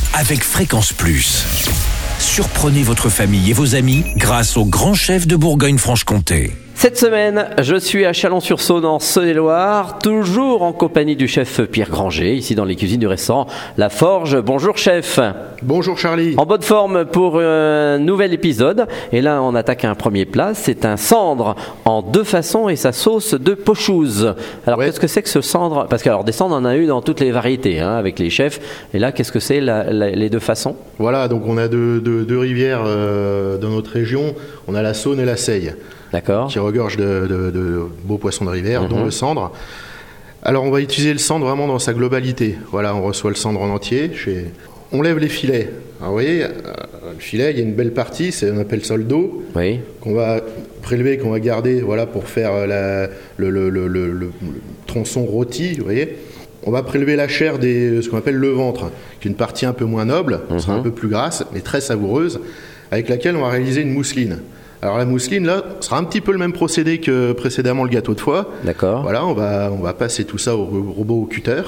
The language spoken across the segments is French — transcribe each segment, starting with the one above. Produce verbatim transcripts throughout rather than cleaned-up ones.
avec Fréquence Plus. Surprenez votre famille et vos amis grâce au grand chef de Bourgogne-Franche-Comté. Cette semaine, je suis à Chalon-sur-Saône en Saône-et-Loire, toujours en compagnie du chef Pierre Granger, ici dans les cuisines du restaurant La Forge. Bonjour chef. Bonjour Charlie. En bonne forme pour un nouvel épisode. Et là, on attaque un premier plat. C'est un cendre en deux façons et sa sauce de pochouze. Alors, ouais. Qu'est-ce que c'est que ce cendre ? Parce que alors, des cendres, on en a eu dans toutes les variétés hein, avec les chefs. Et là, qu'est-ce que c'est la, la, les deux façons ? Voilà, donc on a deux, deux, deux rivières euh, dans notre région. On a la Saône et la Seille. D'accord. Qui regorge de, de, de beaux poissons de rivière, mmh. dont le cendre. Alors on va utiliser le cendre vraiment dans sa globalité. Voilà, on reçoit le cendre en entier. Chez... On lève les filets. Alors vous voyez, euh, le filet, il y a une belle partie, c'est, on appelle ça le dos, oui. qu'on va prélever, qu'on va garder voilà, pour faire la, le, le, le, le, le tronçon rôti, vous voyez. On va prélever la chair, des, ce qu'on appelle le ventre, qui est une partie un peu moins noble, mmh. sera un peu plus grasse, mais très savoureuse, avec laquelle on va réaliser une mousseline. Alors la mousseline, là, sera un petit peu le même procédé que précédemment le gâteau de foie. D'accord. Voilà, on va, on va passer tout ça au robot au cutter,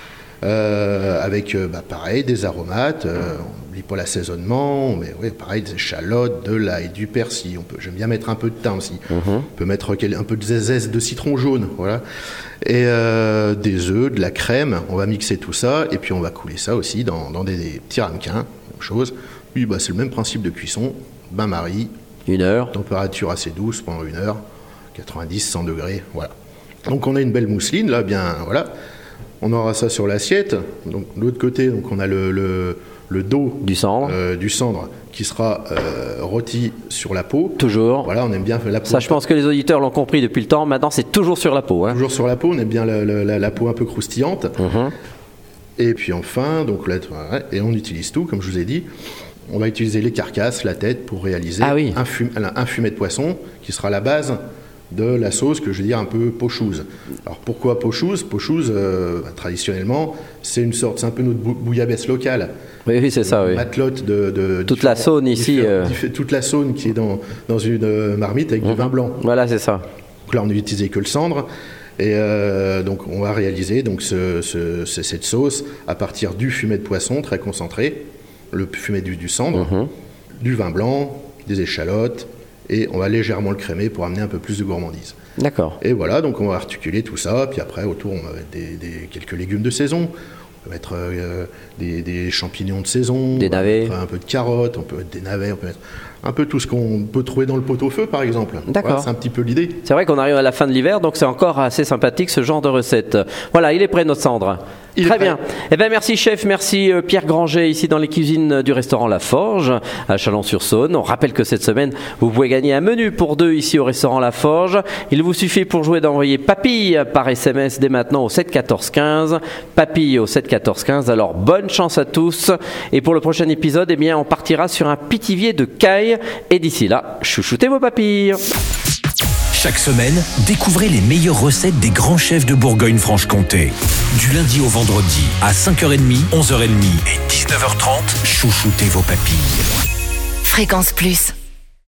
euh, avec, euh, bah, pareil, des aromates, euh, on n'oublie pas l'assaisonnement, on met, ouais, pareil, des échalotes, de l'ail, du persil, on peut, j'aime bien mettre un peu de thym aussi, mm-hmm. on peut mettre un peu de zeste de citron jaune, voilà, et euh, des œufs, de la crème, on va mixer tout ça, et puis on va couler ça aussi dans, dans des, des petits ramequins, même chose. Puis bah, c'est le même principe de cuisson, bain-marie, Une heure. Température assez douce pendant une heure, quatre-vingt-dix à cent degrés, voilà. Donc on a une belle mousseline, là, bien, voilà. On aura ça sur l'assiette. Donc de l'autre côté, donc on a le, le, le dos du cendre, euh, du cendre qui sera euh, rôti sur la peau. Toujours. Voilà, on aime bien la peau. Ça, je pense que les auditeurs l'ont compris depuis le temps. Maintenant, c'est toujours sur la peau. Hein. Toujours sur la peau, on aime bien la, la, la peau un peu croustillante. Mm-hmm. Et puis enfin, donc là, et on utilise tout, comme je vous ai dit. On va utiliser les carcasses, la tête, pour réaliser ah oui. un, fum, un fumet de poisson qui sera la base de la sauce que je veux dire un peu pochouze. Alors pourquoi pochouze ? Pochouze, euh, bah, traditionnellement, c'est une sorte, c'est un peu notre bou- bouillabaisse locale. Oui, oui, c'est ça, oui. Matelote de, de toute la Saône ici. Euh... Toute la Saône qui est dans, dans une marmite avec mmh. du vin blanc. Voilà, c'est ça. Donc là, on n'utilisait que le cendre. Et euh, donc, on va réaliser donc, ce, ce, ce, cette sauce à partir du fumet de poisson très concentré, le fumet du, du cendre, mmh. du vin blanc, des échalotes, et on va légèrement le crémer pour amener un peu plus de gourmandise. D'accord. Et voilà, donc on va articuler tout ça, puis après autour on va mettre des, des, quelques légumes de saison, on peut mettre euh, des, des champignons de saison, des navets, un peu de carottes, on peut mettre des navets, on peut mettre un peu tout ce qu'on peut trouver dans le pot-au-feu par exemple. D'accord. Voilà, c'est un petit peu l'idée. C'est vrai qu'on arrive à la fin de l'hiver, donc c'est encore assez sympathique ce genre de recette. Voilà, il est prêt notre cendre. Il Très bien. Eh ben merci chef, merci euh, Pierre Granger ici dans les cuisines du restaurant La Forge à Chalon-sur-Saône. On rappelle que cette semaine vous pouvez gagner un menu pour deux ici au restaurant La Forge. Il vous suffit pour jouer d'envoyer papille par S M S dès maintenant au sept quatorze quinze. Papille au sept quatorze quinze. Alors bonne chance à tous. Et pour le prochain épisode, eh bien on partira sur un pitivier de caille. Et d'ici là, chouchoutez vos papilles. Chaque semaine, découvrez les meilleures recettes des grands chefs de Bourgogne-Franche-Comté. Du lundi au vendredi, à cinq heures trente, onze heures trente et dix-neuf heures trente, chouchoutez vos papilles. Fréquence Plus.